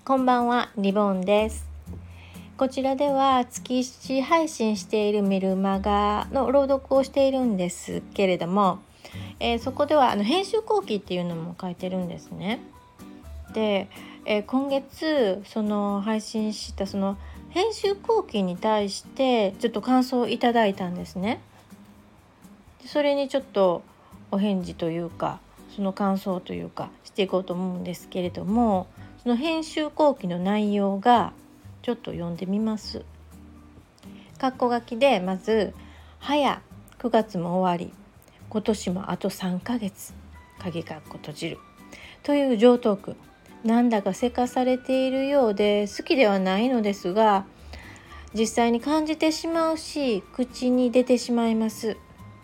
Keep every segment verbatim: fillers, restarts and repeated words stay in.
こんばんは、リボンです。こちらでは月いち配信しているメルマガの朗読をしているんですけれども、えー、そこではあの編集後期っていうのも書いてるんですね。で、えー、今月その配信したその編集後期に対してちょっと感想をいただいたんですね。それにちょっとお返事というか、その感想というかしていこうと思うんですけれども、その編集後期の内容がちょっと読んでみます。括弧書きで、まず早くがつも終わり、今年もあとさんかげつ鍵括弧閉じるという上等句、なんだかせかされているようで好きではないのですが、実際に感じてしまうし口に出てしまいます。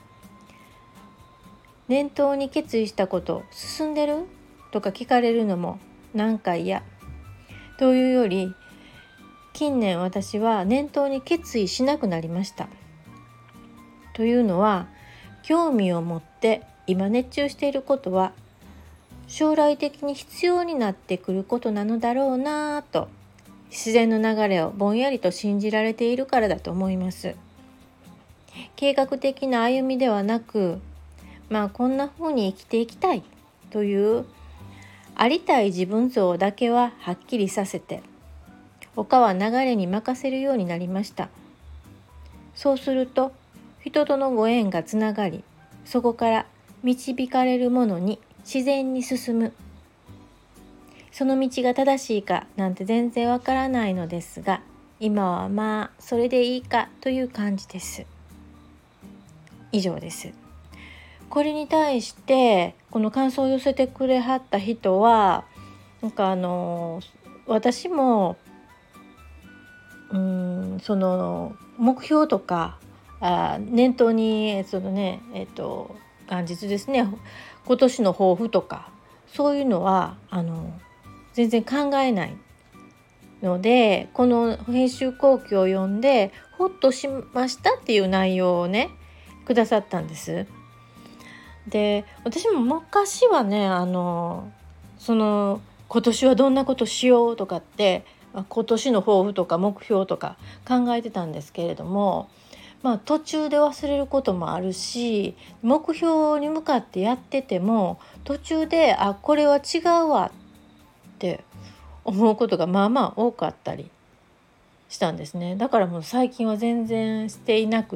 念頭に決意したこと進んでるとか聞かれるのもなんか嫌というより、近年私は念頭に決意しなくなりました。というのは、興味を持って今熱中していることは将来的に必要になってくることなのだろうなぁと、自然の流れをぼんやりと信じられているからだと思います。計画的な歩みではなく、まあこんな風に生きていきたいというありたい自分像だけははっきりさせて、他は流れに任せるようになりました。そうすると人とのご縁がつながり、そこから導かれるものに自然に進む。その道が正しいかなんて全然わからないのですが、今はまあそれでいいかという感じです。以上です。これに対してこの感想を寄せてくれはった人は、なんかあの私もうーんその目標とか、あ念頭にそのねえっと元日ですね、今年の抱負とかそういうのはあの全然考えないので、この編集後期を読んでほっとしましたっていう内容をねくださったんです。で、私も昔はね、あのその今年はどんなことしようとかって、今年の抱負とか目標とか考えてたんですけれども、まあ途中で忘れることもあるし、目標に向かってやってても途中であこれは違うわって思うことがまあまあ多かったりしたんですね。だからもう最近は全然していなくって、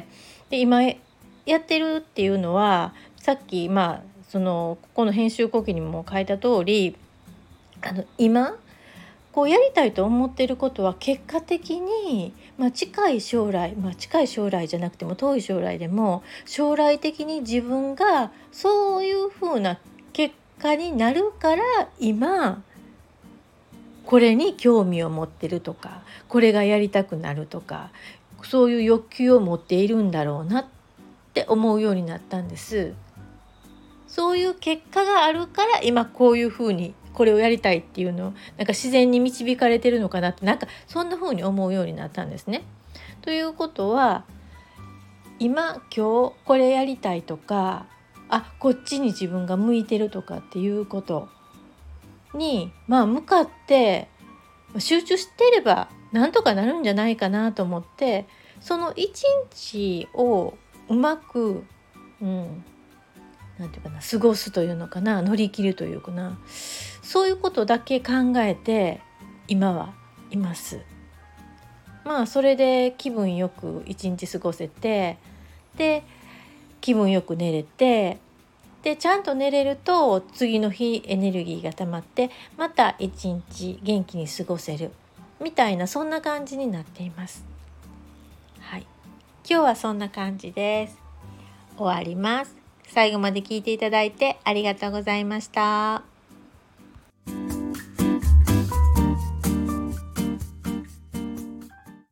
で今やってるっていうのは、さっきまあそのここの編集後期にも書いた通り、あの今こうやりたいと思っていることは結果的に、まあ、近い将来、まあ、近い将来じゃなくても遠い将来でも将来的に自分がそういう風な結果になるから、今これに興味を持ってるとか、これがやりたくなるとか、そういう欲求を持っているんだろうなって思うようになったんです。そういう結果があるから今こういうふうにこれをやりたいっていうのをなんか自然に導かれてるのかなって、なんかそんなふうに思うようになったんですね。ということは、今今日これやりたいとか、あこっちに自分が向いてるとかっていうことに、まあ向かって集中していればなんとかなるんじゃないかなと思って、その一日をうまく、うん、なんていうかな、過ごすというのかな、乗り切るというかな、そういうことだけ考えて今はいます。まあそれで気分よく一日過ごせて、で気分よく寝れて、でちゃんと寝れると次の日エネルギーが溜まってまた一日元気に過ごせるみたいな、そんな感じになっています。はい、今日はそんな感じです。終わります。最後まで聞いていただいてありがとうございました。